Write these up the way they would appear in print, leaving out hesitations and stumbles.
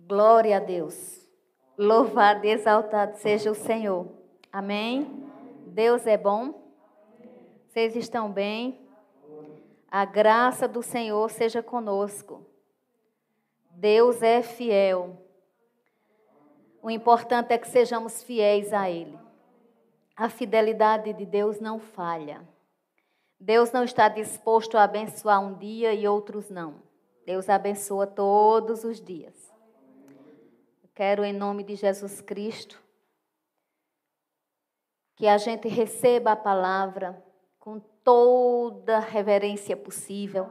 Glória a Deus. Louvado e exaltado seja o Senhor. Amém? Deus é bom. Vocês estão bem? A graça do Senhor seja conosco. Deus é fiel. O importante é que sejamos fiéis a Ele. A fidelidade de Deus não falha. Deus não está disposto a abençoar um dia e outros não. Deus abençoa todos os dias. Quero, em nome de Jesus Cristo, que a gente receba a palavra com toda a reverência possível.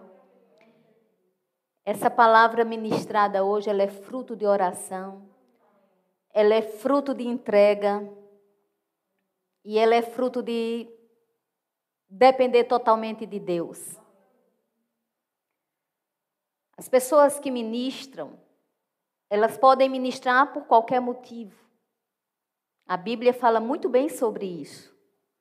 Essa palavra ministrada hoje, ela é fruto de oração, ela é fruto de entrega e ela é fruto de depender totalmente de Deus. As pessoas que ministram, elas podem ministrar por qualquer motivo. A Bíblia fala muito bem sobre isso.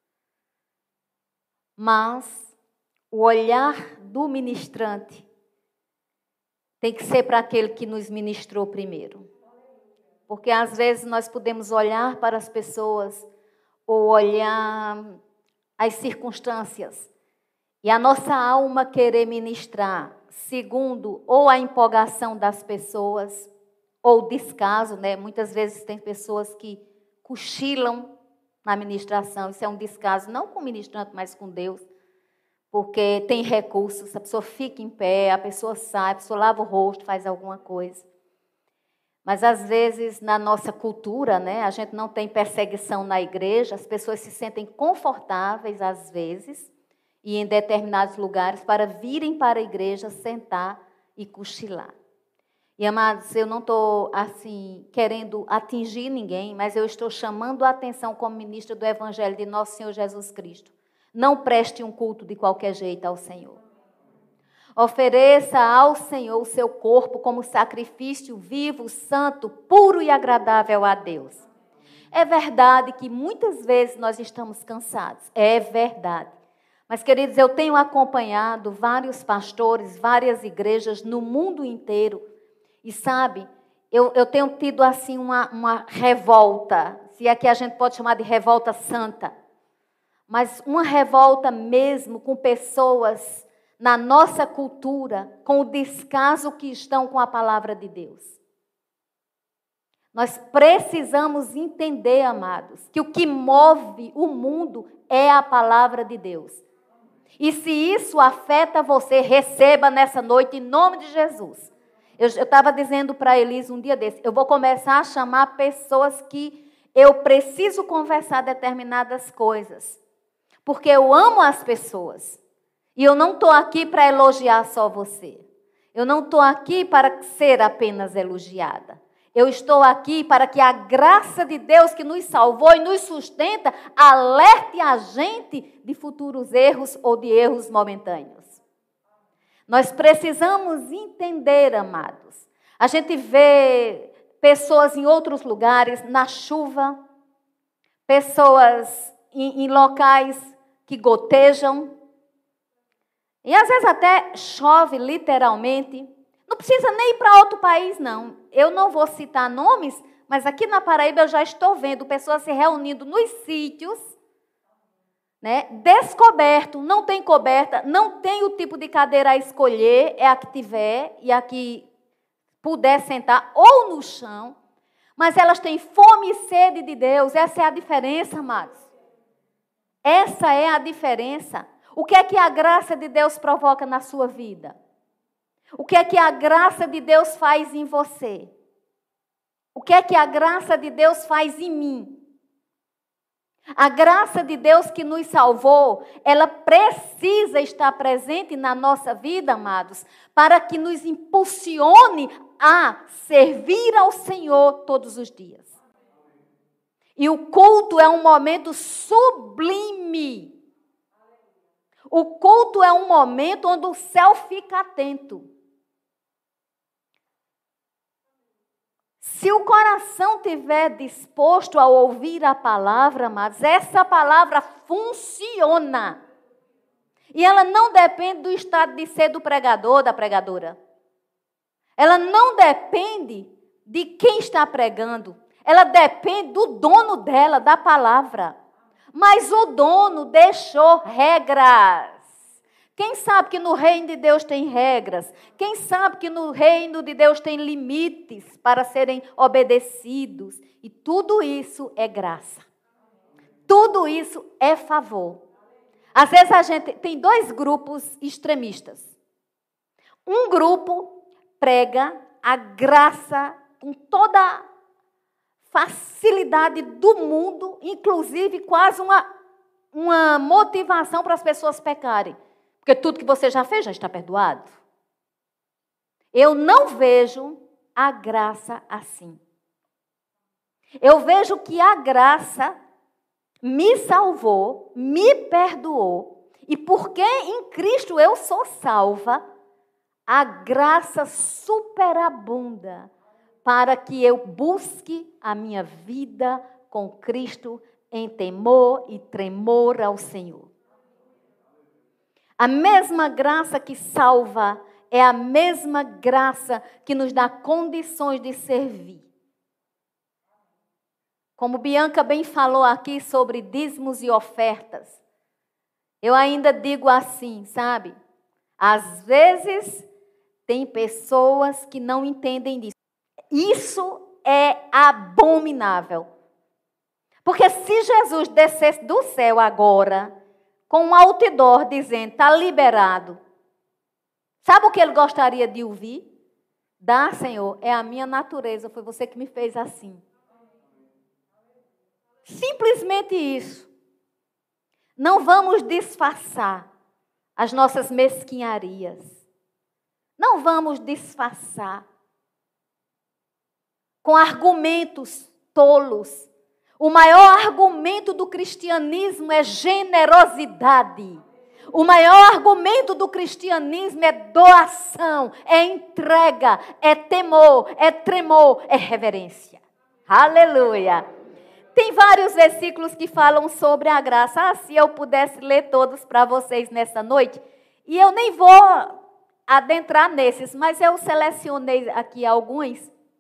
Mas o olhar do ministrante tem que ser para aquele que nos ministrou primeiro. Porque às vezes nós podemos olhar para as pessoas ou olhar as circunstâncias e a nossa alma querer ministrar segundo ou a empolgação das pessoas ou descaso, né? Muitas vezes tem pessoas que cochilam na ministração. Isso é um descaso, não com o ministrante, mas com Deus. Porque tem recursos, a pessoa fica em pé, a pessoa sai, a pessoa lava o rosto, faz alguma coisa. Mas às vezes na nossa cultura, né, a gente não tem perseguição na igreja, as pessoas se sentem confortáveis às vezes e em determinados lugares para virem para a igreja, sentar e cochilar. E amados, eu não estou assim querendo atingir ninguém, mas eu estou chamando a atenção como ministra do Evangelho de Nosso Senhor Jesus Cristo. Não preste um culto de qualquer jeito ao Senhor. Ofereça ao Senhor o seu corpo como sacrifício vivo, santo, puro e agradável a Deus. É verdade que muitas vezes nós estamos cansados. É verdade. Mas, queridos, eu tenho acompanhado vários pastores, várias igrejas no mundo inteiro. E sabe, eu tenho tido assim uma revolta, se é que a gente pode chamar de revolta santa. Mas uma revolta mesmo com pessoas na nossa cultura, com o descaso que estão com a palavra de Deus. Nós precisamos entender, amados, que o que move o mundo é a palavra de Deus. E se isso afeta você, receba nessa noite em nome de Jesus. Eu estava dizendo para a Elisa um dia desse, eu vou começar a chamar pessoas que eu preciso conversar determinadas coisas. Porque eu amo as pessoas. E eu não estou aqui para elogiar só você. Eu não estou aqui para ser apenas elogiada. Eu estou aqui para que a graça de Deus que nos salvou e nos sustenta, alerte a gente de futuros erros ou de erros momentâneos. Nós precisamos entender, amados. A gente vê pessoas em outros lugares, na chuva, pessoas em locais que gotejam. E às vezes até chove literalmente. Não precisa nem ir para outro país, não. Eu não vou citar nomes, mas aqui na Paraíba eu já estou vendo pessoas se reunindo nos sítios, né, descoberto, não tem coberta, não tem o tipo de cadeira a escolher, é a que tiver e a que puder sentar, ou no chão, mas elas têm fome e sede de Deus. Essa é a diferença, amados. Essa é a diferença. O que é que a graça de Deus provoca na sua vida? O que é que a graça de Deus faz em você? O que é que a graça de Deus faz em mim? A graça de Deus que nos salvou, ela precisa estar presente na nossa vida, amados, para que nos impulsione a servir ao Senhor todos os dias. E o culto é um momento sublime. O culto é um momento onde o céu fica atento. Se o coração estiver disposto a ouvir a palavra, amados, essa palavra funciona. E ela não depende do estado de ser do pregador, da pregadora. Ela não depende de quem está pregando. Ela depende do dono dela, da palavra. Mas o dono deixou regras. Quem sabe que no reino de Deus tem regras? Quem sabe que no reino de Deus tem limites para serem obedecidos? E tudo isso é graça. Tudo isso é favor. Às vezes a gente tem dois grupos extremistas. Um grupo prega a graça com toda facilidade do mundo, inclusive quase uma motivação para as pessoas pecarem. Porque tudo que você já fez já está perdoado. Eu não vejo a graça assim. Eu vejo que a graça me salvou, me perdoou, e porque em Cristo eu sou salva, a graça superabunda para que eu busque a minha vida com Cristo em temor e tremor ao Senhor. A mesma graça que salva é a mesma graça que nos dá condições de servir. Como Bianca bem falou aqui sobre dízimos e ofertas, eu ainda digo assim, sabe? Às vezes tem pessoas que não entendem disso. Isso é abominável. Porque se Jesus descesse do céu agora, com um outdoor dizendo, está liberado, sabe o que ele gostaria de ouvir? Dá, Senhor, é a minha natureza, foi você que me fez assim. Simplesmente isso. Não vamos disfarçar as nossas mesquinharias. Não vamos disfarçar com argumentos tolos. O maior argumento do cristianismo é generosidade. O maior argumento do cristianismo é doação, é entrega, é temor, é tremor, é reverência. Aleluia! Tem vários versículos que falam sobre a graça. Se eu pudesse ler todos para vocês nessa noite. E eu nem vou adentrar nesses, mas eu selecionei aqui alguns.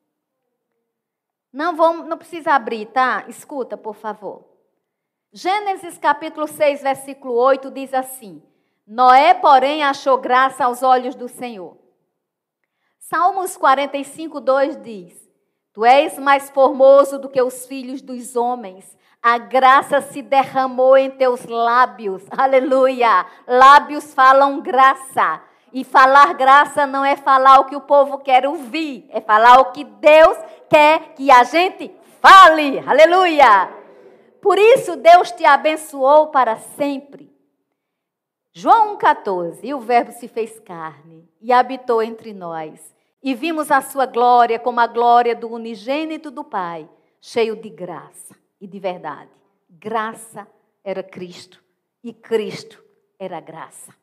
Não precisa abrir, tá? Escuta, por favor. Gênesis capítulo 6, versículo 8 diz assim: Noé, porém, achou graça aos olhos do Senhor. Salmos 45, 2 diz: Tu és mais formoso do que os filhos dos homens. A graça se derramou em teus lábios. Aleluia! Lábios falam graça. E falar graça não é falar o que o povo quer ouvir. É falar o que Deus quer que a gente fale. Aleluia! Por isso Deus te abençoou para sempre. João 1,14. E o verbo se fez carne e habitou entre nós. E vimos a sua glória como a glória do unigênito do Pai, cheio de graça e de verdade. Graça era Cristo e Cristo era graça.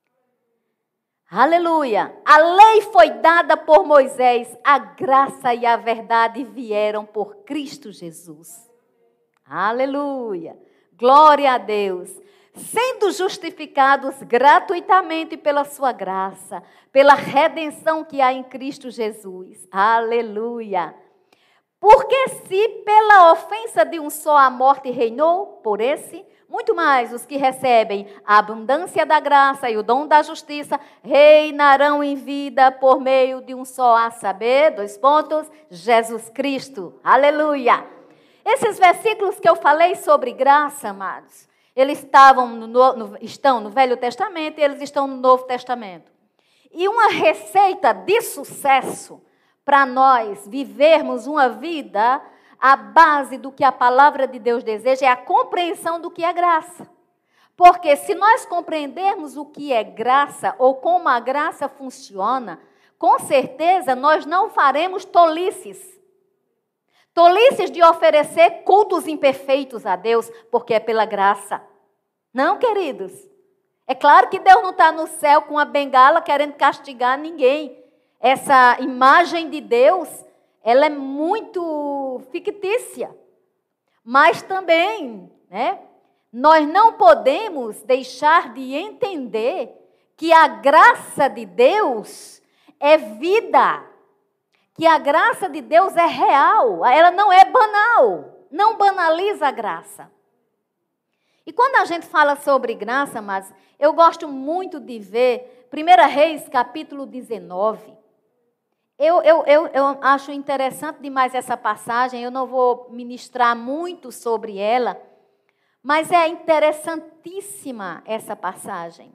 Aleluia! A lei foi dada por Moisés, a graça e a verdade vieram por Cristo Jesus. Aleluia! Glória a Deus! Sendo justificados gratuitamente pela sua graça, pela redenção que há em Cristo Jesus. Aleluia! Porque se pela ofensa de um só a morte reinou, por esse, muito mais os que recebem a abundância da graça e o dom da justiça reinarão em vida por meio de um só, a saber, Jesus Cristo. Aleluia! Esses versículos que eu falei sobre graça, amados, eles estão no Velho Testamento e eles estão no Novo Testamento. E uma receita de sucesso para nós vivermos uma vida à base do que a palavra de Deus deseja é a compreensão do que é graça. Porque se nós compreendermos o que é graça ou como a graça funciona, com certeza nós não faremos tolices. Tolices de oferecer cultos imperfeitos a Deus, porque é pela graça. Não, queridos. É claro que Deus não está no céu com a bengala querendo castigar ninguém. Essa imagem de Deus, ela é muito fictícia. Mas também, nós não podemos deixar de entender que a graça de Deus é vida. que a graça de Deus é real, ela não é banal, não banaliza a graça. E quando a gente fala sobre graça, mas eu gosto muito de ver 1 Reis, capítulo 19. Eu acho interessante demais essa passagem, eu não vou ministrar muito sobre ela, mas é interessantíssima essa passagem.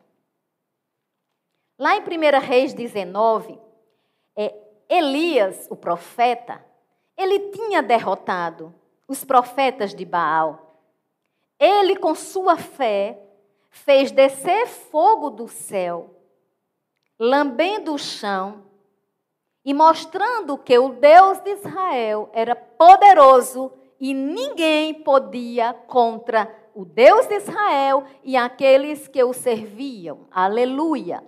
Lá em 1 Reis 19, Elias, o profeta, ele tinha derrotado os profetas de Baal. Ele, com sua fé, fez descer fogo do céu, lambendo o chão e mostrando que o Deus de Israel era poderoso e ninguém podia contra o Deus de Israel e aqueles que o serviam. Aleluia!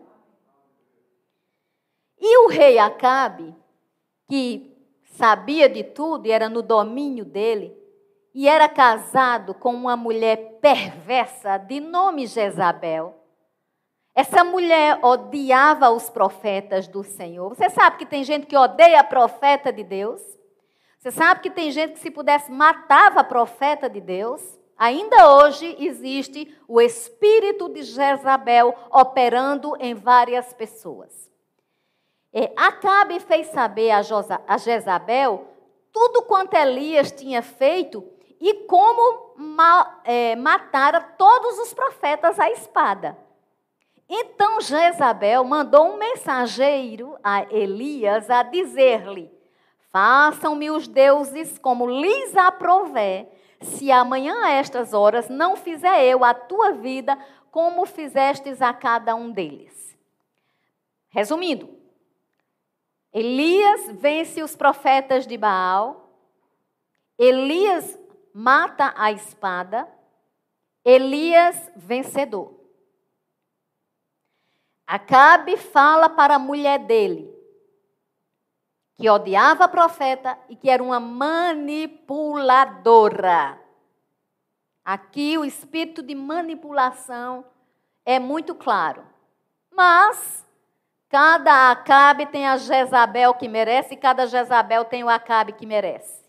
E o rei Acabe, que sabia de tudo e era no domínio dele, e era casado com uma mulher perversa de nome Jezabel. Essa mulher odiava os profetas do Senhor. Você sabe que tem gente que odeia profeta de Deus? Você sabe que tem gente que, se pudesse, matava profeta de Deus? Ainda hoje existe o espírito de Jezabel operando em várias pessoas. Acabe fez saber a Jezabel tudo quanto Elias tinha feito e como matara todos os profetas à espada. Então Jezabel mandou um mensageiro a Elias a dizer-lhe: façam-me os deuses como lhes aprouver, se amanhã a estas horas não fizer eu a tua vida como fizestes a cada um deles. Resumindo, Elias vence os profetas de Baal, Elias mata a espada, Elias vencedor. Acabe fala para a mulher dele, que odiava a profeta e que era uma manipuladora. Aqui o espírito de manipulação é muito claro. Mas cada Acabe tem a Jezabel que merece e cada Jezabel tem o Acabe que merece.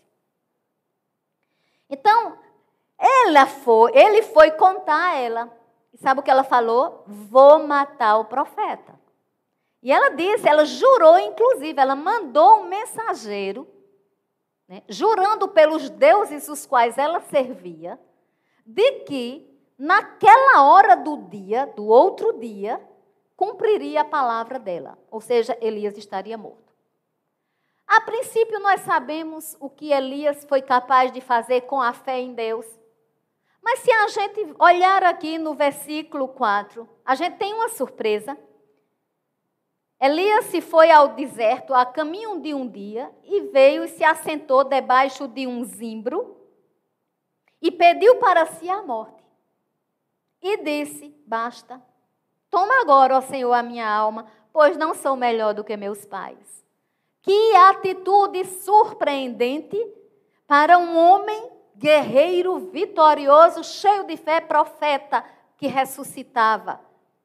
Então, ele foi contar a ela. E sabe o que ela falou? Vou matar o profeta. E ela disse, ela jurou, inclusive, ela mandou um mensageiro, né, jurando pelos deuses os quais ela servia, de que naquela hora do dia, do outro dia, cumpriria a palavra dela. Ou seja, Elias estaria morto. A princípio, nós sabemos o que Elias foi capaz de fazer com a fé em Deus. Mas se a gente olhar aqui no versículo 4, a gente tem uma surpresa. Elias se foi ao deserto a caminho de um dia e veio e se assentou debaixo de um zimbro e pediu para si a morte. E disse, basta, toma agora, ó Senhor, a minha alma, pois não sou melhor do que meus pais. Que atitude surpreendente para um homem guerreiro, vitorioso, cheio de fé, profeta que ressuscitava.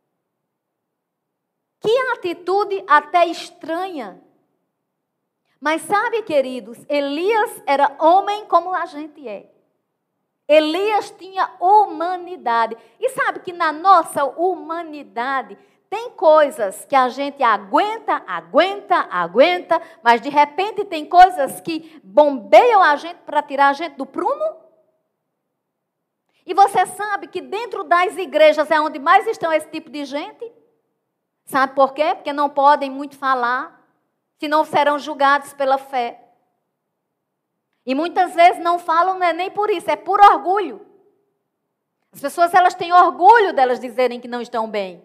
Que atitude até estranha. Mas sabe, queridos, Elias era homem como a gente é. Elias tinha humanidade. E sabe que na nossa humanidade tem coisas que a gente aguenta, mas de repente tem coisas que bombeiam a gente para tirar a gente do prumo? E você sabe que dentro das igrejas é onde mais estão esse tipo de gente? Sabe por quê? Porque não podem muito falar, senão serão julgados pela fé. E muitas vezes não falam, não é nem por isso, é por orgulho. As pessoas, elas têm orgulho delas dizerem que não estão bem.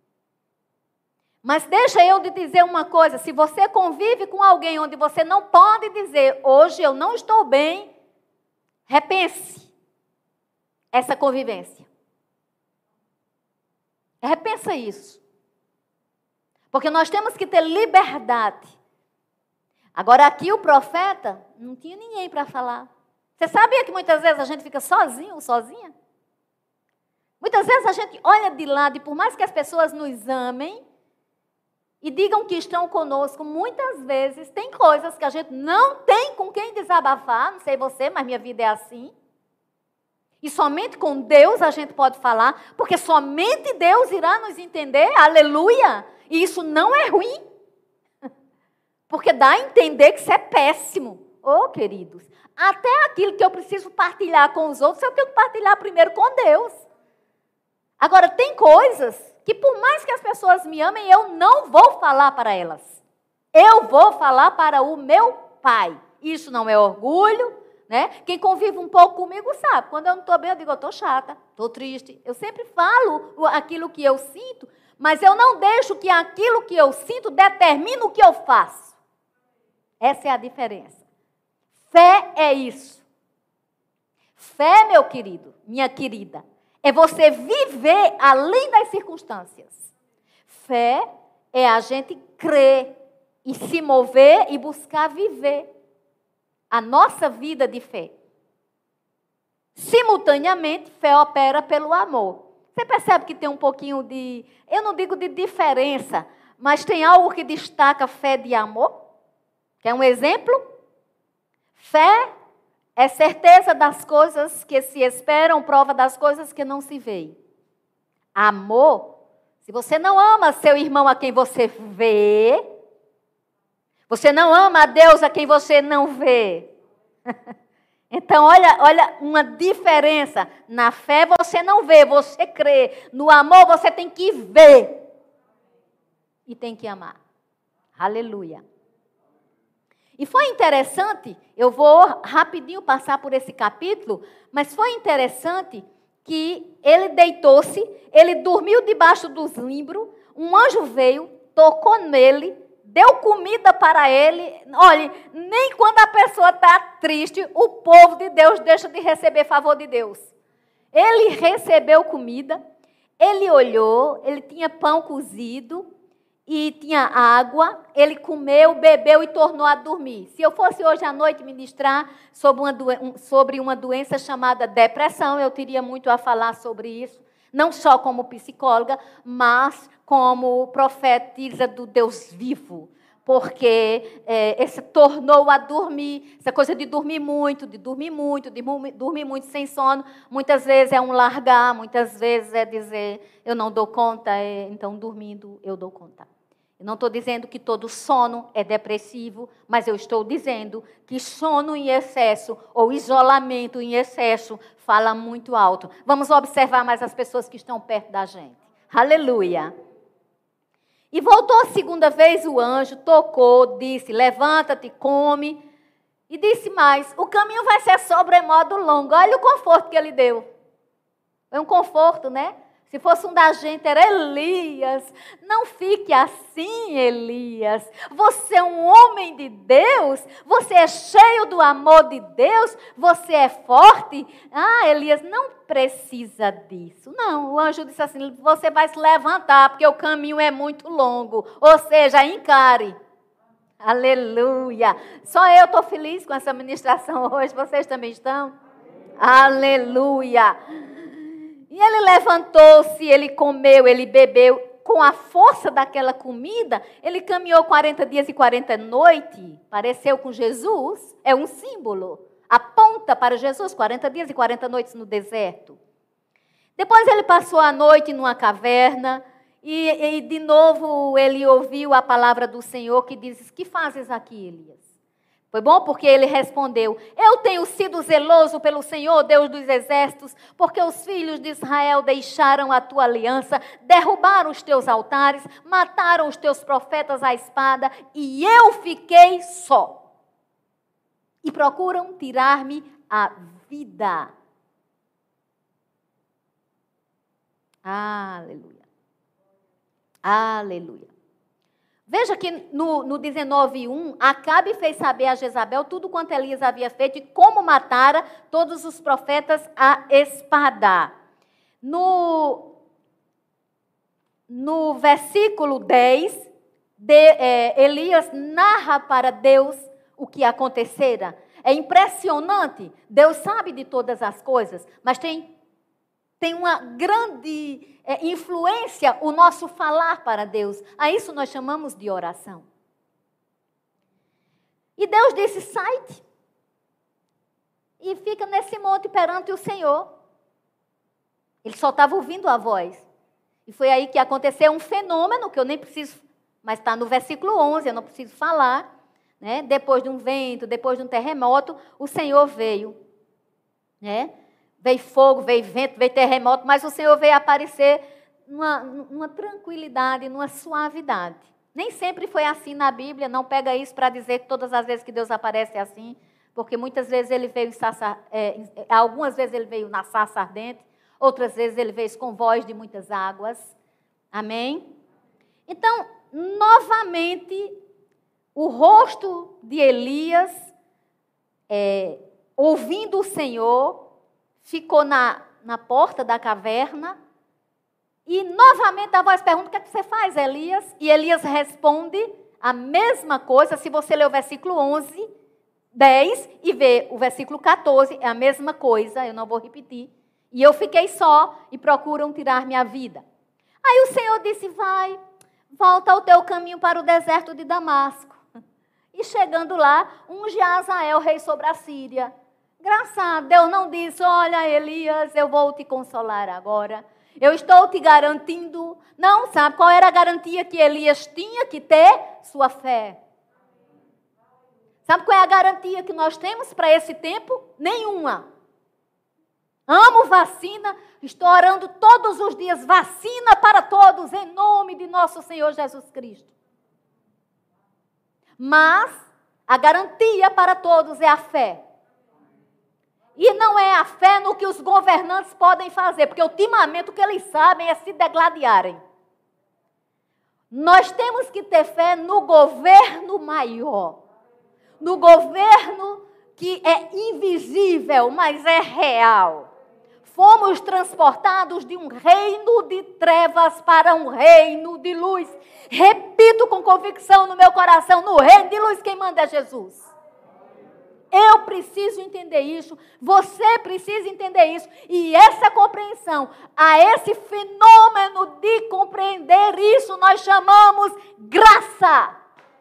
Mas deixa eu te dizer uma coisa, se você convive com alguém onde você não pode dizer, hoje eu não estou bem, repense essa convivência. Repensa isso. Porque nós temos que ter liberdade. Agora aqui o profeta não tinha ninguém para falar. Você sabia que muitas vezes a gente fica sozinho ou sozinha? Muitas vezes a gente olha de lado e por mais que as pessoas nos amem, e digam que estão conosco, muitas vezes tem coisas que a gente não tem com quem desabafar, não sei você, mas minha vida é assim. E somente com Deus a gente pode falar, porque somente Deus irá nos entender, aleluia. E isso não é ruim, porque dá a entender que isso é péssimo. Oh, queridos, até aquilo que eu preciso partilhar com os outros, eu tenho que partilhar primeiro com Deus. Agora, tem coisas que por mais que as pessoas me amem, eu não vou falar para elas. Eu vou falar para o meu Pai. Isso não é orgulho, né? Quem convive um pouco comigo sabe. Quando eu não estou bem, eu digo, eu estou chata, estou triste. Eu sempre falo aquilo que eu sinto, mas eu não deixo que aquilo que eu sinto determine o que eu faço. Essa é a diferença. Fé é isso. Fé, meu querido, minha querida, é você viver além das circunstâncias. Fé é a gente crer e se mover e buscar viver a nossa vida de fé. Simultaneamente, fé opera pelo amor. Você percebe que tem um pouquinho de, eu não digo de diferença, mas tem algo que destaca fé de amor? Quer um exemplo? Fé é certeza das coisas que se esperam, prova das coisas que não se veem. Amor, se você não ama seu irmão a quem você vê, você não ama a Deus a quem você não vê. Então, olha uma diferença. Na fé você não vê, você crê. No amor você tem que ver. E tem que amar. Aleluia. E foi interessante, eu vou rapidinho passar por esse capítulo, mas foi interessante que ele deitou-se, ele dormiu debaixo do zimbro, um anjo veio, tocou nele, deu comida para ele. Olha, nem quando a pessoa está triste, o povo de Deus deixa de receber favor de Deus. Ele recebeu comida, ele olhou, ele tinha pão cozido e tinha água, ele comeu, bebeu e tornou a dormir. Se eu fosse hoje à noite ministrar sobre uma doença chamada depressão, eu teria muito a falar sobre isso, não só como psicóloga, mas como profetisa do Deus vivo, porque esse tornou a dormir, essa coisa de dormir muito sem sono, muitas vezes é um largar, muitas vezes é dizer, eu não dou conta, então dormindo eu dou conta. Eu não estou dizendo que todo sono é depressivo, mas eu estou dizendo que sono em excesso ou isolamento em excesso fala muito alto. Vamos observar mais as pessoas que estão perto da gente. Aleluia. E voltou a segunda vez o anjo, tocou, disse, levanta-te, come. E disse mais, o caminho vai ser sobremodo longo. Olha o conforto que ele deu. Foi um conforto, né? Se fosse um da gente, era Elias. Não fique assim, Elias. Você é um homem de Deus. Você é cheio do amor de Deus. Você é forte. Ah, Elias, não precisa disso. Não, o anjo disse assim, você vai se levantar, porque o caminho é muito longo. Ou seja, encare. Aleluia. Só eu estou feliz com essa ministração hoje. Vocês também estão? Aleluia. E ele levantou-se, ele comeu, ele bebeu. Com a força daquela comida, ele caminhou 40 dias e 40 noites. Pareceu com Jesus. É um símbolo. Aponta para Jesus, 40 dias e 40 noites no deserto. Depois ele passou a noite numa caverna. E de novo ele ouviu a palavra do Senhor que diz, que fazes aqui, Elias? Foi bom porque ele respondeu, eu tenho sido zeloso pelo Senhor, Deus dos exércitos, porque os filhos de Israel deixaram a tua aliança, derrubaram os teus altares, mataram os teus profetas à espada, e eu fiquei só. E procuram tirar-me a vida. Aleluia. Aleluia. Veja que no 19:1, Acabe fez saber a Jezabel tudo quanto Elias havia feito e como matara todos os profetas à espada. No versículo 10, Elias narra para Deus o que acontecera. É impressionante. Deus sabe de todas as coisas, mas tem tem uma grande influência o nosso falar para Deus. A isso nós chamamos de oração. E Deus disse, sai-te e fica nesse monte perante o Senhor. Ele só estava ouvindo a voz. E foi aí que aconteceu um fenômeno, que eu nem preciso, mas está no versículo 11, eu não preciso falar. Né? Depois de um vento, depois de um terremoto, o Senhor veio. Né? Veio fogo, veio vento, veio terremoto, mas o Senhor veio aparecer numa tranquilidade, numa suavidade. Nem sempre foi assim na Bíblia, não pega isso para dizer que todas as vezes que Deus aparece é assim, porque muitas vezes ele veio algumas vezes ele veio na sarça ardente, outras vezes ele veio com voz de muitas águas. Amém? Então, novamente, o rosto de Elias, ouvindo o Senhor, ficou na porta da caverna. E novamente a voz pergunta, o que é que você faz, Elias? E Elias responde a mesma coisa. Se você ler o versículo 11, 10 e ver o versículo 14, é a mesma coisa, eu não vou repetir. E eu fiquei só e procuram tirar minha vida. Aí o Senhor disse, vai, volta ao teu caminho para o deserto de Damasco. E chegando lá, unge Azael, rei sobre a Síria. Graças a Deus não disse, olha Elias, eu vou te consolar agora. Eu estou te garantindo. Não, sabe qual era a garantia que Elias tinha que ter? Sua fé. Sabe qual é a garantia que nós temos para esse tempo? Nenhuma. Amo vacina, estou orando todos os dias, vacina para todos, em nome de nosso Senhor Jesus Cristo. Mas a garantia para todos é a fé. E não é a fé no que os governantes podem fazer, porque ultimamente o que eles sabem é se degladiarem. Nós temos que ter fé no governo maior, no governo que é invisível, mas é real. Fomos transportados de um reino de trevas para um reino de luz. Repito com convicção no meu coração, no reino de luz quem manda é Jesus. Eu preciso entender isso, você precisa entender isso. E essa compreensão, a esse fenômeno de compreender isso, nós chamamos graça.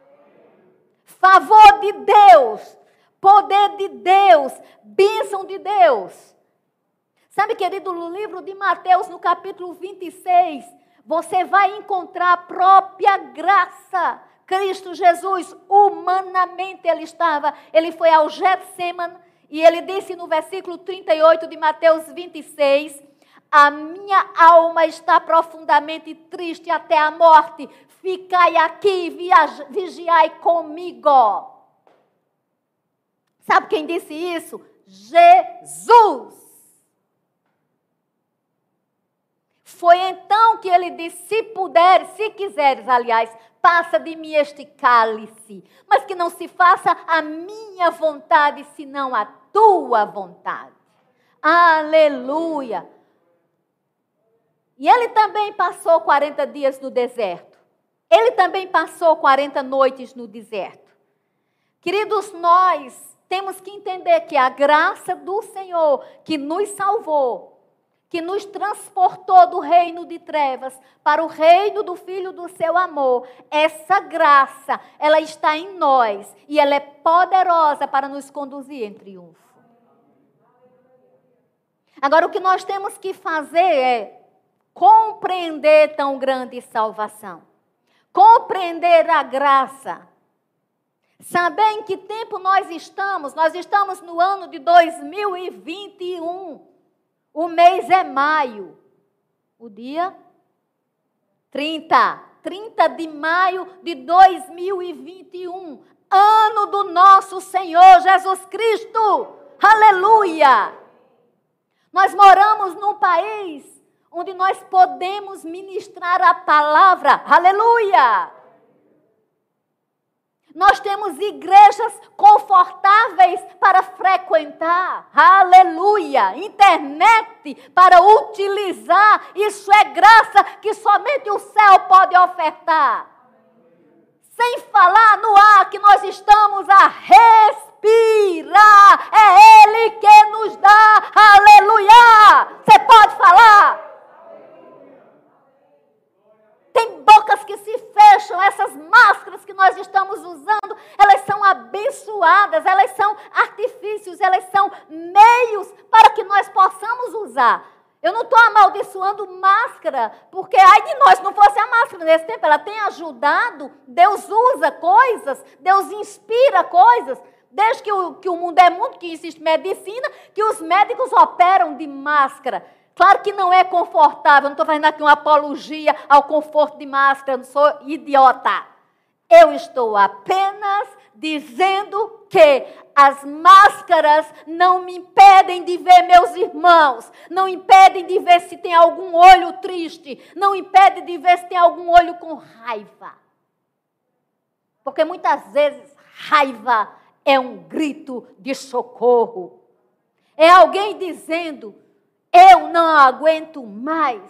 Favor de Deus, poder de Deus, bênção de Deus. Sabe, querido, no livro de Mateus, no capítulo 26, você vai encontrar a própria graça. Cristo Jesus, humanamente ele foi ao Getsemane e ele disse no versículo 38 de Mateus 26, a minha alma está profundamente triste até a morte, ficai aqui e vigiai comigo. Sabe quem disse isso? Jesus. Foi então que ele disse, se puderes, se quiseres, aliás, passa de mim este cálice, mas que não se faça a minha vontade, senão a tua vontade. Aleluia! E ele também passou 40 dias no deserto. Ele também passou 40 noites no deserto. Queridos, nós temos que entender que a graça do Senhor que nos salvou, que nos transportou do reino de trevas para o reino do Filho do seu amor. Essa graça, ela está em nós e ela é poderosa para nos conduzir em triunfo. Agora, o que nós temos que fazer é compreender tão grande salvação. Compreender a graça. Saber em que tempo nós estamos. Nós estamos no ano de 2021. O mês é maio. O dia 30 de maio de 2021. Ano do nosso Senhor Jesus Cristo. Aleluia! Nós moramos num país onde nós podemos ministrar a palavra. Aleluia! Nós temos igrejas confortáveis para frequentar. Aleluia! Internet para utilizar. Isso é graça que somente o céu pode ofertar. Sem falar no ar que nós estamos a respirar. É Ele que nos dá. Aleluia! Você pode falar? Tem bocas que se fecham, essas máscaras que nós estamos usando, elas são abençoadas, elas são artifícios, elas são meios para que nós possamos usar. Eu não estou amaldiçoando máscara, porque ai de nós, não fosse a máscara nesse tempo, ela tem ajudado, Deus usa coisas, Deus inspira coisas, desde que o mundo é mundo, que existe medicina, que os médicos operam de máscara. Claro que não é confortável, não estou fazendo aqui uma apologia ao conforto de máscara, eu não sou idiota. Eu estou apenas dizendo que as máscaras não me impedem de ver meus irmãos, não impedem de ver se tem algum olho triste, não impedem de ver se tem algum olho com raiva. Porque muitas vezes raiva é um grito de socorro. É alguém dizendo: eu não aguento mais.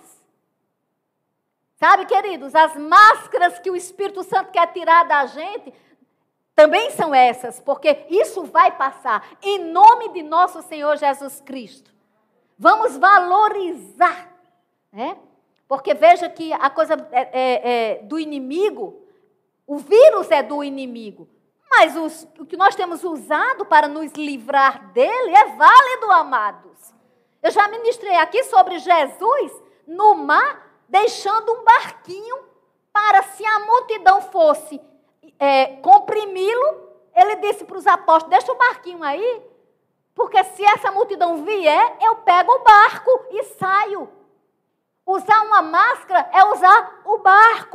Sabe, queridos, as máscaras que o Espírito Santo quer tirar da gente também são essas, porque isso vai passar. Em nome de nosso Senhor Jesus Cristo. Vamos valorizar, né? Porque veja que a coisa do inimigo, o vírus é do inimigo, mas o que nós temos usado para nos livrar dele é válido, amados. Eu já ministrei aqui sobre Jesus no mar, deixando um barquinho para, se a multidão fosse comprimi-lo, ele disse para os apóstolos: deixa o barquinho aí, porque se essa multidão vier, eu pego o barco e saio. Usar uma máscara é usar o barco.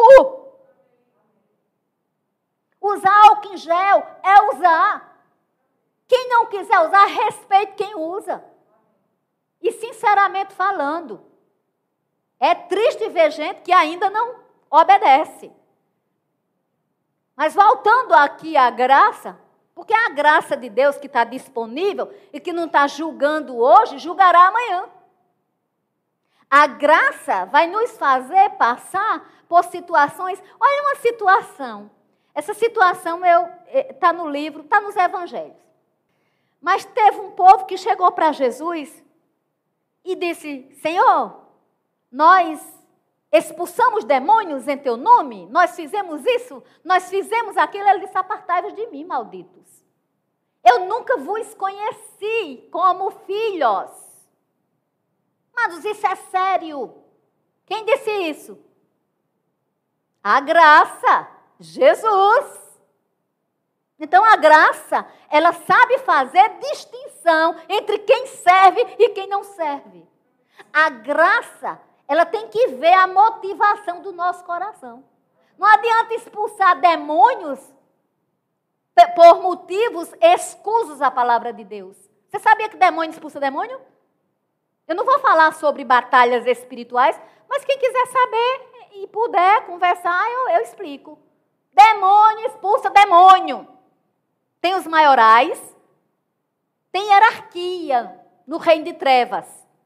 Usar álcool em gel é usar. Quem não quiser usar, respeite quem usa. E sinceramente falando, é triste ver gente que ainda não obedece. Mas voltando aqui à graça, porque é a graça de Deus que está disponível e que não está julgando hoje, julgará amanhã. A graça vai nos fazer passar por situações. Olha uma situação. Essa situação está no livro, está nos evangelhos. Mas teve um povo que chegou para Jesus e disse: Senhor, nós expulsamos demônios em teu nome? Nós fizemos isso? Nós fizemos aquilo? Ele disse: apartai-vos de mim, malditos. Eu nunca vos conheci como filhos. Mas isso é sério. Quem disse isso? A graça, Jesus. Então a graça, ela sabe fazer distinção entre quem serve e quem não serve. A graça, ela tem que ver a motivação do nosso coração. Não adianta expulsar demônios por motivos escusos à palavra de Deus. Você sabia que demônio expulsa demônio? Eu não vou falar sobre batalhas espirituais, mas quem quiser saber e puder conversar, eu explico. Demônio expulsa demônio. Tem os maiorais, tem hierarquia no reino de trevas.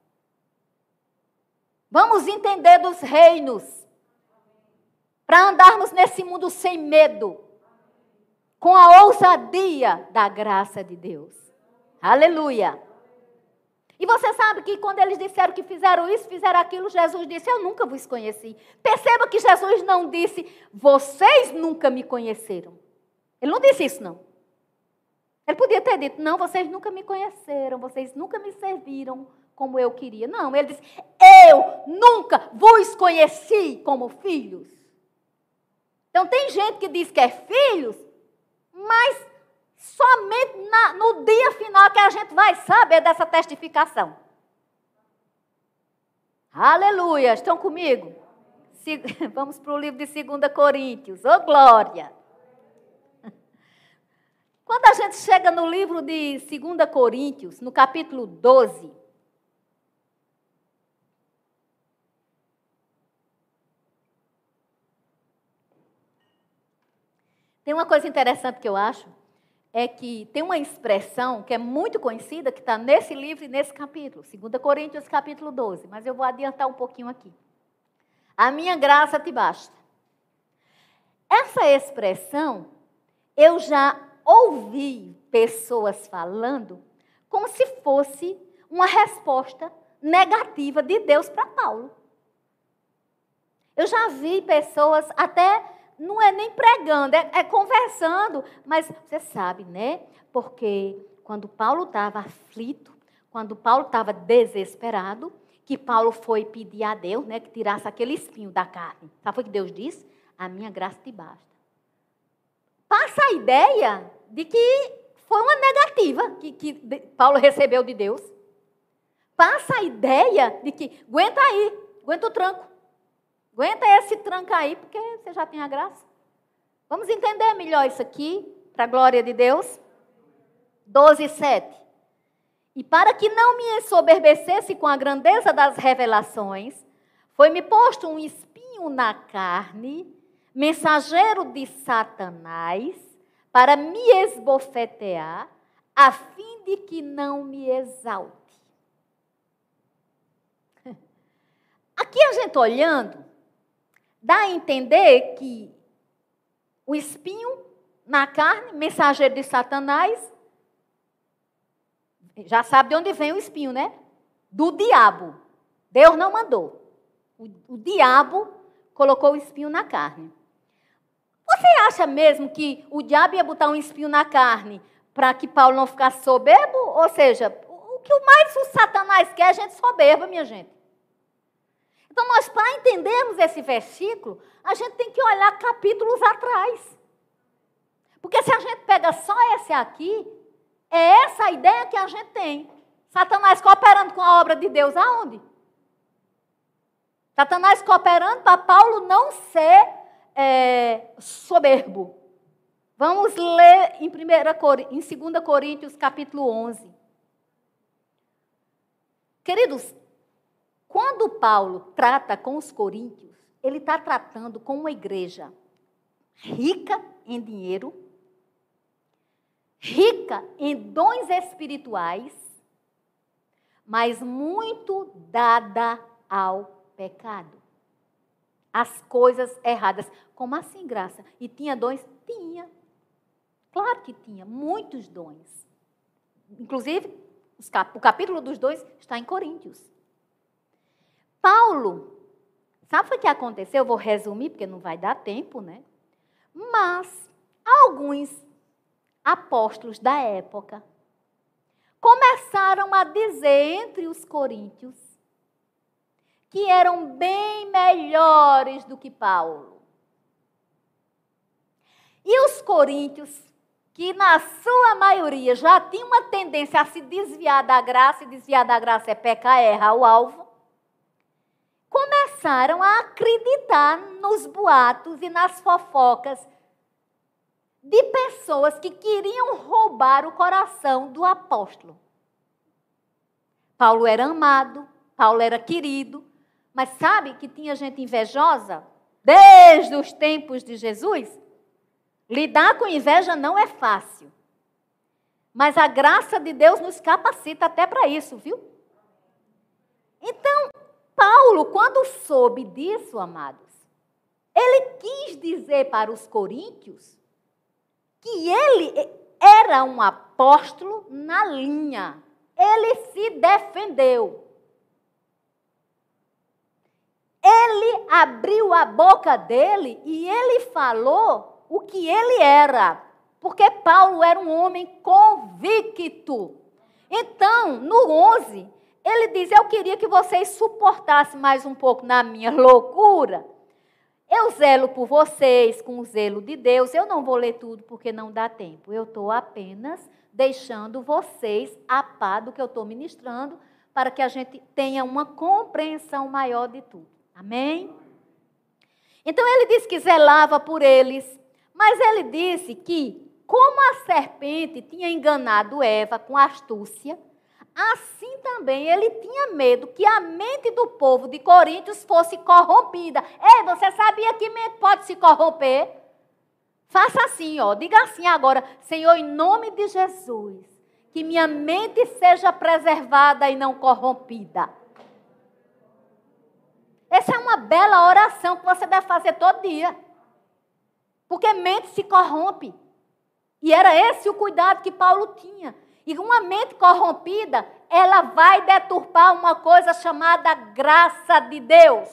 Vamos entender dos reinos, para andarmos nesse mundo sem medo, com a ousadia da graça de Deus. Aleluia! E você sabe que quando eles disseram que fizeram isso, fizeram aquilo, Jesus disse: eu nunca vos conheci. Perceba que Jesus não disse: vocês nunca me conheceram. Ele não disse isso, não. Ele podia ter dito: não, vocês nunca me conheceram, vocês nunca me serviram como eu queria. Não, ele disse: eu nunca vos conheci como filhos. Então tem gente que diz que é filhos, mas somente no dia final que a gente vai saber dessa testificação. Aleluia! Estão comigo? Vamos para o livro de 2 Coríntios. Ô, glória! Quando a gente chega no livro de 2 Coríntios, no capítulo 12, tem uma coisa interessante que eu acho, é que tem uma expressão que é muito conhecida, que está nesse livro e nesse capítulo, 2 Coríntios, capítulo 12, mas eu vou adiantar um pouquinho aqui. A minha graça te basta. Essa expressão, eu já ouvi pessoas falando como se fosse uma resposta negativa de Deus para Paulo. Eu já vi pessoas até, não é nem pregando, é conversando, mas você sabe, né? Porque quando Paulo estava aflito, quando Paulo estava desesperado, que Paulo foi pedir a Deus, né, que tirasse aquele espinho da carne. Sabe o que Deus disse? A minha graça te basta. Passa a ideia de que foi uma negativa que Paulo recebeu de Deus. Passa a ideia de que, aguenta aí, aguenta o tranco. Aguenta esse tranco aí, porque você já tem a graça. Vamos entender melhor isso aqui, para a glória de Deus. 12:7. E para que não me ensoberbecesse com a grandeza das revelações, foi-me posto um espinho na carne, mensageiro de Satanás, para me esbofetear, a fim de que não me exalte. Aqui a gente olhando, dá a entender que o espinho na carne, mensageiro de Satanás, já sabe de onde vem o espinho, né? Do diabo. Deus não mandou. O diabo colocou o espinho na carne. Você acha mesmo que o diabo ia botar um espinho na carne para que Paulo não ficasse soberbo? Ou seja, o que mais o Satanás quer é a gente soberba, minha gente. Então, nós, para entendermos esse versículo, a gente tem que olhar capítulos atrás. Porque se a gente pega só esse aqui, é essa a ideia que a gente tem. Satanás cooperando com a obra de Deus aonde? Satanás cooperando para Paulo não ser soberbo. Vamos ler em 2 Coríntios, capítulo 11. Queridos, quando Paulo trata com os coríntios, ele está tratando com uma igreja rica em dinheiro, rica em dons espirituais, mas muito dada ao pecado. As coisas erradas. Como assim, Graça? E tinha dons? Tinha. Claro que tinha, muitos dons. Inclusive, o capítulo dos dons está em Coríntios. Paulo, sabe o que aconteceu? Eu vou resumir, porque não vai dar tempo, né? Mas alguns apóstolos da época começaram a dizer entre os coríntios que eram bem melhores do que Paulo. E os coríntios, que na sua maioria já tinham uma tendência a se desviar da graça, e desviar da graça é pecar, é errar o alvo, começaram a acreditar nos boatos e nas fofocas de pessoas que queriam roubar o coração do apóstolo. Paulo era amado, Paulo era querido, mas sabe que tinha gente invejosa? Desde os tempos de Jesus? Lidar com inveja não é fácil. Mas a graça de Deus nos capacita até para isso, viu? Então, Paulo, quando soube disso, amados, ele quis dizer para os coríntios que ele era um apóstolo na linha. Ele se defendeu. Ele abriu a boca dele e ele falou o que ele era. Porque Paulo era um homem convicto. Então, no 11, ele diz, eu queria que vocês suportassem mais um pouco na minha loucura. Eu zelo por vocês com o zelo de Deus. Eu não vou ler tudo porque não dá tempo. Eu estou apenas deixando vocês a par do que eu estou ministrando para que a gente tenha uma compreensão maior de tudo. Amém? Então, ele disse que zelava por eles, mas ele disse que, como a serpente tinha enganado Eva com astúcia, assim também ele tinha medo que a mente do povo de Coríntios fosse corrompida. Ei, você sabia que mente pode se corromper? Faça assim, ó, diga assim agora, Senhor, em nome de Jesus, que minha mente seja preservada e não corrompida. Essa é uma bela oração que você deve fazer todo dia. Porque mente se corrompe. E era esse o cuidado que Paulo tinha. E uma mente corrompida, ela vai deturpar uma coisa chamada graça de Deus.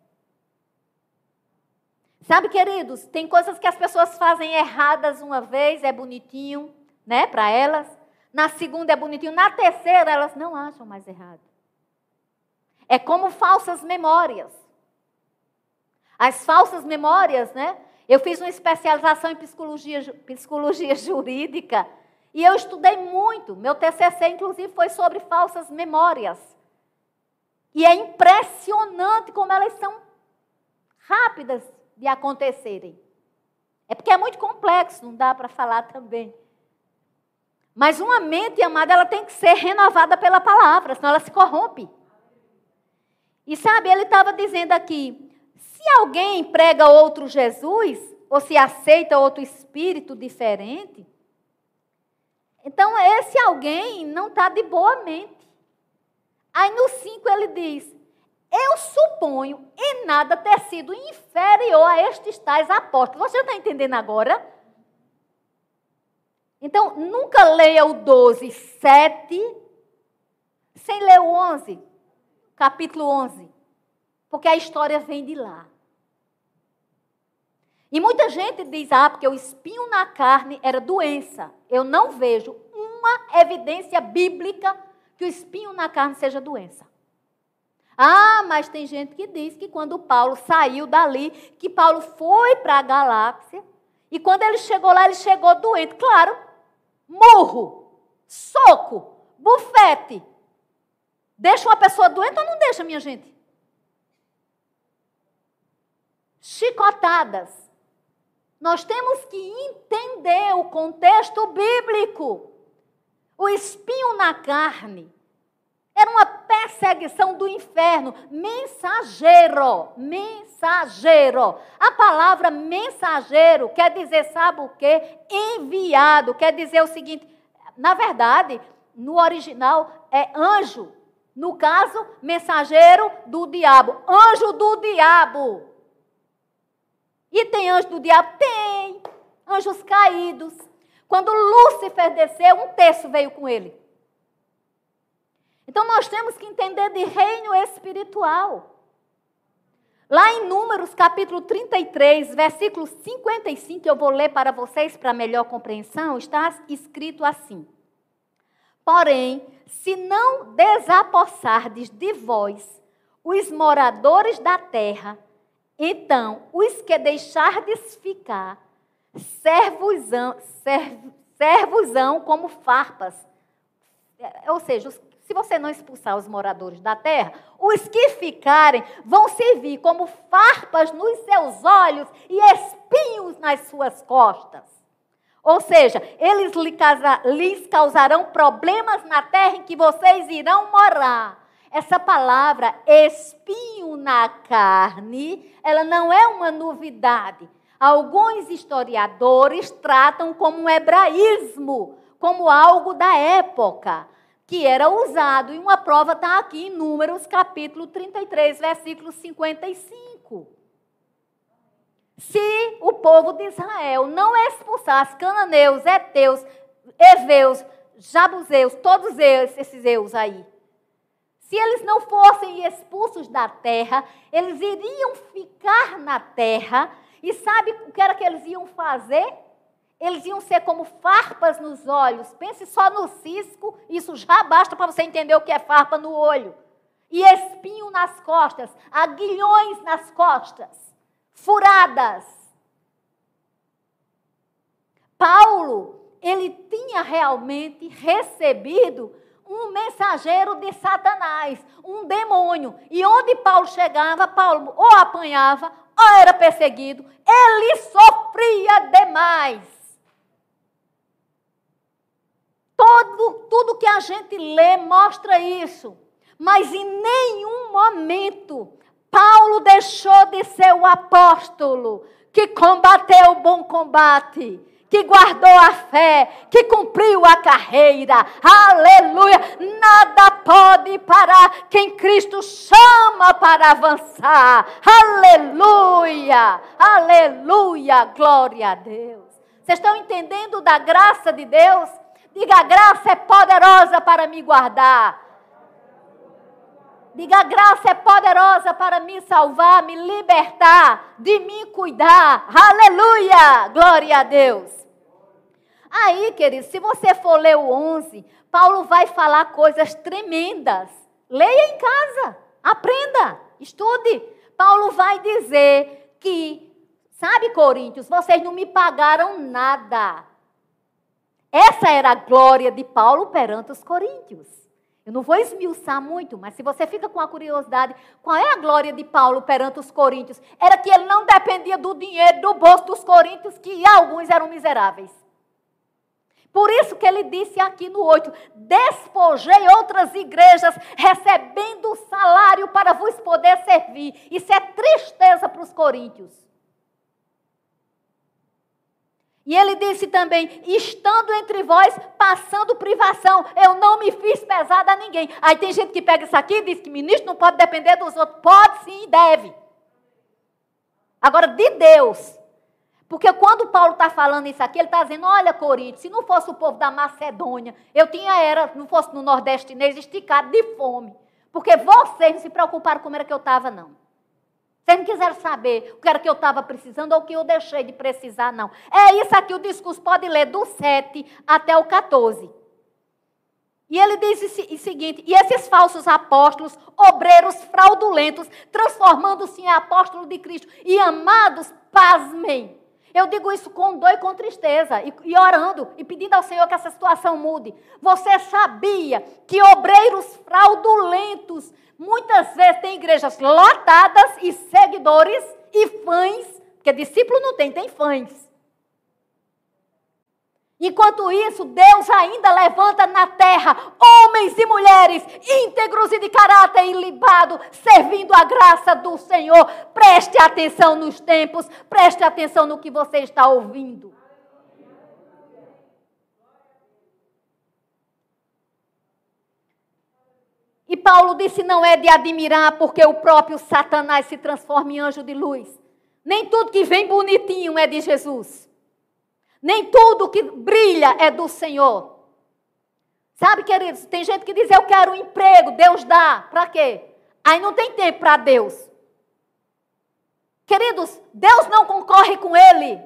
Sabe, queridos, tem coisas que as pessoas fazem erradas uma vez, é bonitinho, né, para elas. Na segunda é bonitinho, na terceira elas não acham mais errado. É como falsas memórias. As falsas memórias, né? Eu fiz uma especialização em psicologia jurídica e eu estudei muito. Meu TCC, inclusive, foi sobre falsas memórias. E é impressionante como elas são rápidas de acontecerem. É porque é muito complexo, não dá para falar também. Mas uma mente, amada, ela tem que ser renovada pela palavra, senão ela se corrompe. E sabe, ele estava dizendo aqui, se alguém prega outro Jesus, ou se aceita outro espírito diferente, então esse alguém não está de boa mente. Aí no 5 ele diz, eu suponho em nada ter sido inferior a estes tais apóstolos. Você está entendendo agora? Então, nunca leia o 12, 7, sem ler o 11, capítulo 11. Porque a história vem de lá. E muita gente diz, porque o espinho na carne era doença. Eu não vejo uma evidência bíblica que o espinho na carne seja doença. Mas tem gente que diz que quando Paulo saiu dali, que Paulo foi para a Galácia, e quando ele chegou lá, ele chegou doente. Claro, murro, soco, bufete. Deixa uma pessoa doente ou não deixa, minha gente? Chicotadas. Nós temos que entender o contexto bíblico. O espinho na carne era uma perseguição do inferno. Mensageiro. A palavra mensageiro quer dizer, sabe o quê? Enviado. Quer dizer o seguinte, na verdade, no original é anjo. No caso, mensageiro do diabo. Anjo do diabo. E tem anjo do diabo? Tem. Anjos caídos. Quando Lúcifer desceu, um terço veio com ele. Então, nós temos que entender de reino espiritual. Lá em Números, capítulo 33, versículo 55, eu vou ler para vocês, para melhor compreensão, está escrito assim. Porém, se não desapossardes de vós os moradores da terra, então, os que deixardes ficar, servos-ão como farpas. Ou seja, se você não expulsar os moradores da terra, os que ficarem vão servir como farpas nos seus olhos e espinhos nas suas costas. Ou seja, eles lhes causarão problemas na terra em que vocês irão morar. Essa palavra, espinho na carne, ela não é uma novidade. Alguns historiadores tratam como um hebraísmo, como algo da época, que era usado. E uma prova está aqui em Números, capítulo 33, versículo 55. Se o povo de Israel não expulsar os cananeus, heteus, heveus, jabuseus, todos esses eus aí, se eles não fossem expulsos da terra, eles iriam ficar na terra. E sabe o que era que eles iam fazer? Eles iam ser como farpas nos olhos. Pense só no cisco, isso já basta para você entender o que é farpa no olho. E espinho nas costas, aguilhões nas costas, furadas. Paulo, ele tinha realmente recebido um mensageiro de Satanás, um demônio. E onde Paulo chegava, Paulo ou apanhava, ou era perseguido. Ele sofria demais. Tudo que a gente lê mostra isso. Mas em nenhum momento Paulo deixou de ser o apóstolo que combateu o bom combate, que guardou a fé, que cumpriu a carreira. Aleluia! Nada pode parar quem Cristo chama para avançar. Aleluia, aleluia, glória a Deus. Vocês estão entendendo da graça de Deus? Diga, a graça é poderosa para me guardar. Diga, a graça é poderosa para me salvar, me libertar, de me cuidar. Aleluia! Glória a Deus. Aí, querido, se você for ler o 11, Paulo vai falar coisas tremendas. Leia em casa, aprenda, estude. Paulo vai dizer que, sabe, Coríntios, vocês não me pagaram nada. Essa era a glória de Paulo perante os coríntios. Eu não vou esmiuçar muito, mas se você fica com a curiosidade, qual é a glória de Paulo perante os coríntios? Era que ele não dependia do dinheiro do bolso dos coríntios, que alguns eram miseráveis. Por isso que ele disse aqui no 8, despojei outras igrejas, recebendo salário para vos poder servir. Isso é tristeza para os coríntios. E ele disse também, estando entre vós, passando privação, eu não me fiz pesada a ninguém. Aí tem gente que pega isso aqui e diz que ministro não pode depender dos outros. Pode sim e deve. Agora, de Deus. Porque quando Paulo está falando isso aqui, ele está dizendo, olha, Coríntios, se não fosse o povo da Macedônia, eu não fosse no Nordeste chinês, esticado de fome. Porque vocês não se preocuparam como era que eu estava, não. Vocês não quiseram saber o que era que eu estava precisando ou o que eu deixei de precisar, não. É isso aqui, o discurso pode ler do 7 até o 14. E ele diz o seguinte, e esses falsos apóstolos, obreiros fraudulentos, transformando-se em apóstolos de Cristo, e amados, pasmem. Eu digo isso com dor e com tristeza, e orando, e pedindo ao Senhor que essa situação mude. Você sabia que obreiros fraudulentos, muitas vezes tem igrejas lotadas e seguidores e fãs, porque discípulo não tem fãs. Enquanto isso, Deus ainda levanta na terra homens e mulheres íntegros e de caráter ilibado, servindo a graça do Senhor. Preste atenção nos tempos, preste atenção no que você está ouvindo. E Paulo disse, não é de admirar, porque o próprio Satanás se transforma em anjo de luz. Nem tudo que vem bonitinho é de Jesus. Nem tudo que brilha é do Senhor. Sabe, queridos, tem gente que diz, eu quero um emprego, Deus dá. Para quê? Aí não tem tempo para Deus. Queridos, Deus não concorre com ele.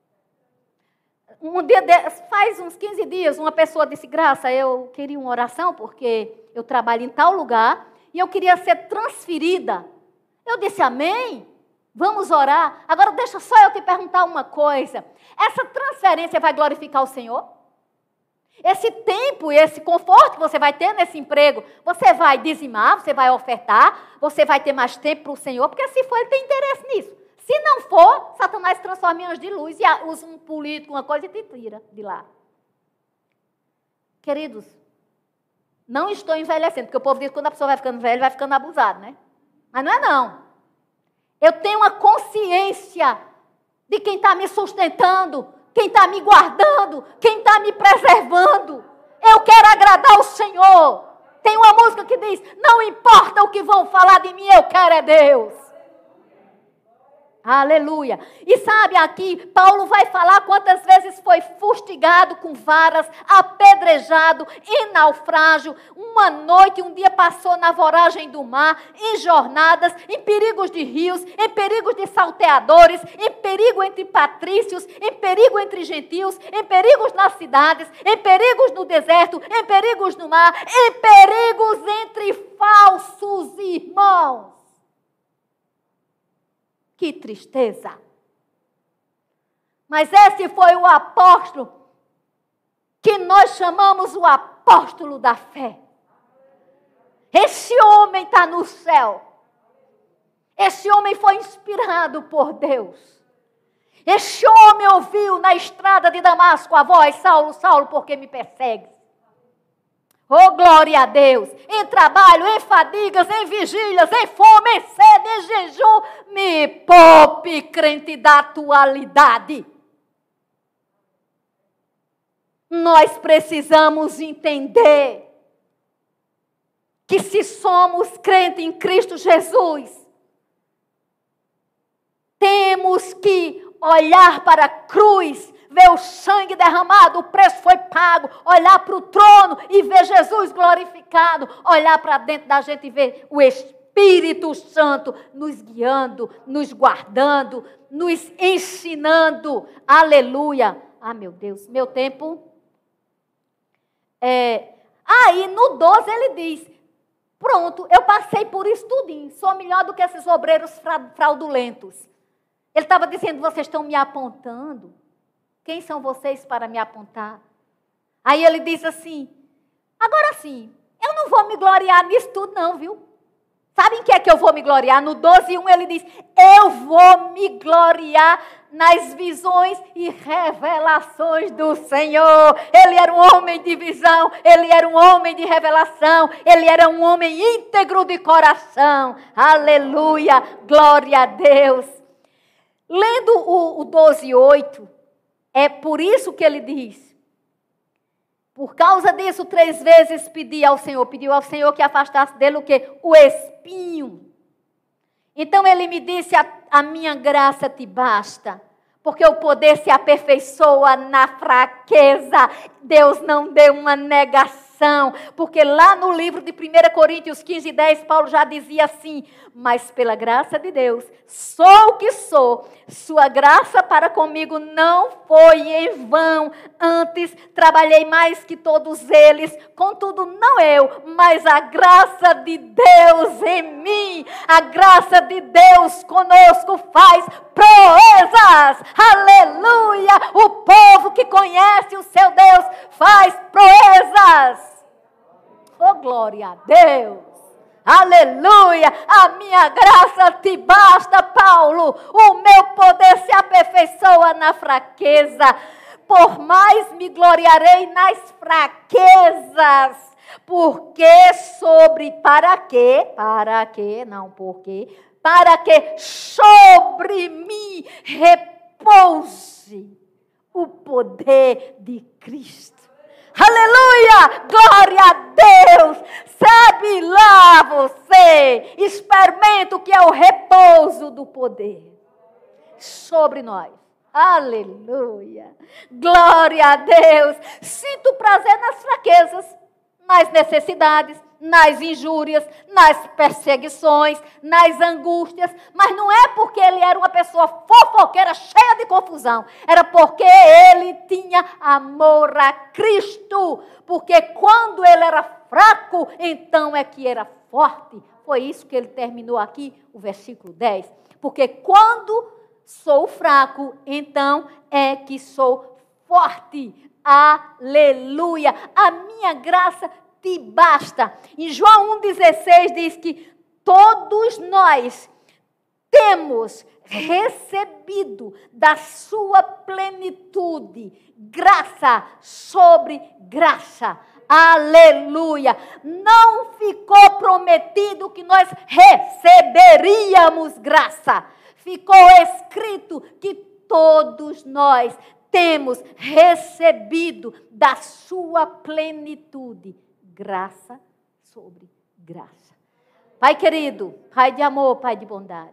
Faz uns 15 dias, uma pessoa disse, Graça, eu queria uma oração, porque eu trabalho em tal lugar, e eu queria ser transferida. Eu disse, amém. Vamos orar. Agora deixa só eu te perguntar uma coisa. Essa transferência vai glorificar o Senhor? Esse tempo e esse conforto que você vai ter nesse emprego, você vai dizimar, você vai ofertar, você vai ter mais tempo para o Senhor, porque se for, ele tem interesse nisso. Se não for, Satanás transforma em anjo de luz e usa um político, uma coisa e te tira de lá. Queridos, não estou envelhecendo, porque o povo diz que quando a pessoa vai ficando velha, vai ficando abusado, né? Mas não é não. Eu tenho uma consciência de quem está me sustentando, quem está me guardando, quem está me preservando. Eu quero agradar o Senhor. Tem uma música que diz, não importa o que vão falar de mim, eu quero é Deus. Aleluia. E sabe aqui, Paulo vai falar quantas vezes foi fustigado com varas, apedrejado, em naufrágio. Uma noite, um dia passou na voragem do mar, em jornadas, em perigos de rios, em perigos de salteadores, em perigo entre patrícios, em perigo entre gentios, em perigos nas cidades, em perigos no deserto, em perigos no mar, em perigos entre falsos irmãos. Que tristeza! Mas esse foi o apóstolo que nós chamamos o apóstolo da fé. Esse homem está no céu. Esse homem foi inspirado por Deus. Esse homem ouviu na estrada de Damasco a voz, Saulo, Saulo, por que me persegues? Oh, glória a Deus! Em trabalho, em fadigas, em vigílias, em fome, em sede, em jejum, me poupe, crente da atualidade. Nós precisamos entender que se somos crentes em Cristo Jesus, temos que olhar para a cruz, ver o sangue derramado, o preço foi pago, olhar para o trono e ver Jesus glorificado, olhar para dentro da gente e ver o Espírito Santo nos guiando, nos guardando, nos ensinando. Aleluia! Ah, meu Deus, meu tempo. Aí no 12 ele diz, pronto, eu passei por isso tudinho, sou melhor do que esses obreiros fraudulentos. Ele estava dizendo, vocês estão me apontando? Quem são vocês para me apontar? Aí ele diz assim, agora sim, eu não vou me gloriar nisso tudo não, viu? Sabe em que é que eu vou me gloriar? No 12:1 ele diz, eu vou me gloriar nas visões e revelações do Senhor. Ele era um homem de visão, ele era um homem de revelação, ele era um homem íntegro de coração. Aleluia, glória a Deus. Lendo o 12:8, é por isso que ele diz, por causa disso 3 vezes pediu ao Senhor que afastasse dele o quê? O espinho. Então ele me disse, a minha graça te basta, porque o poder se aperfeiçoa na fraqueza. Deus não deu uma negação, porque lá no livro de 1 Coríntios 15:10, Paulo já dizia assim, mas pela graça de Deus, sou o que sou, sua graça para comigo não foi em vão, antes trabalhei mais que todos eles, contudo não eu, mas a graça de Deus em mim, a graça de Deus conosco faz proezas, aleluia, o povo que conhece o seu Deus faz proezas, oh glória a Deus. Aleluia, a minha graça te basta, Paulo, o meu poder se aperfeiçoa na fraqueza, por mais me gloriarei nas fraquezas, para que sobre mim repouse o poder de Cristo. Aleluia! Glória a Deus! Sabe lá você, experimenta o que é o repouso do poder sobre nós. Aleluia! Glória a Deus! Sinto prazer nas fraquezas, nas necessidades, nas injúrias, nas perseguições, nas angústias, mas não é porque ele era uma pessoa fofoqueira, cheia de confusão, era porque ele tinha amor a Cristo, porque quando ele era fraco, então é que era forte. Foi isso que ele terminou aqui, o versículo 10, porque quando sou fraco, então é que sou forte. Aleluia! A minha graça te basta. Em João 1,16 diz que todos nós temos recebido da sua plenitude graça sobre graça. Aleluia! Não ficou prometido que nós receberíamos graça. Ficou escrito que todos nós temos recebido da sua plenitude graça sobre graça. Pai querido, Pai de amor, Pai de bondade,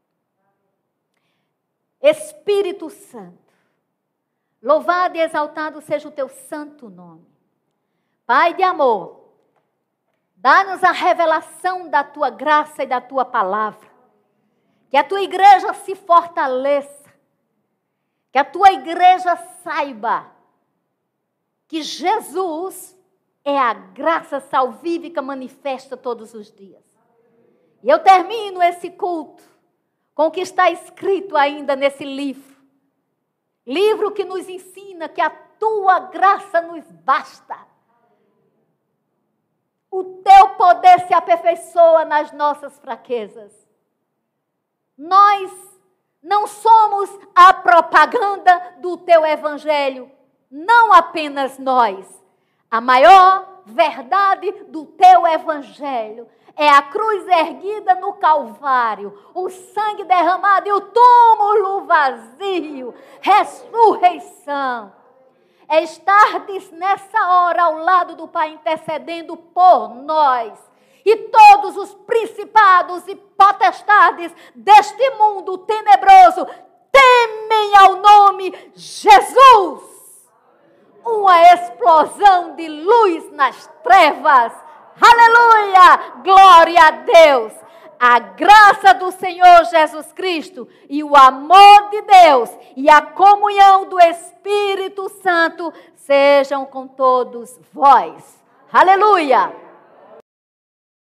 Espírito Santo, louvado e exaltado seja o teu santo nome. Pai de amor, dá-nos a revelação da tua graça e da tua palavra. Que a tua igreja se fortaleça. Que a tua igreja saiba que Jesus é a graça salvífica manifesta todos os dias. E eu termino esse culto com o que está escrito ainda nesse livro. Livro que nos ensina que a tua graça nos basta. O teu poder se aperfeiçoa nas nossas fraquezas. Nós não somos a propaganda do teu evangelho, não apenas nós. A maior verdade do teu evangelho é a cruz erguida no Calvário, o sangue derramado e o túmulo vazio, ressurreição. É estar nessa hora ao lado do Pai intercedendo por nós. E todos os principados e potestades deste mundo tenebroso temem ao nome Jesus. Uma explosão de luz nas trevas. Aleluia! Glória a Deus! A graça do Senhor Jesus Cristo e o amor de Deus e a comunhão do Espírito Santo sejam com todos vós. Aleluia!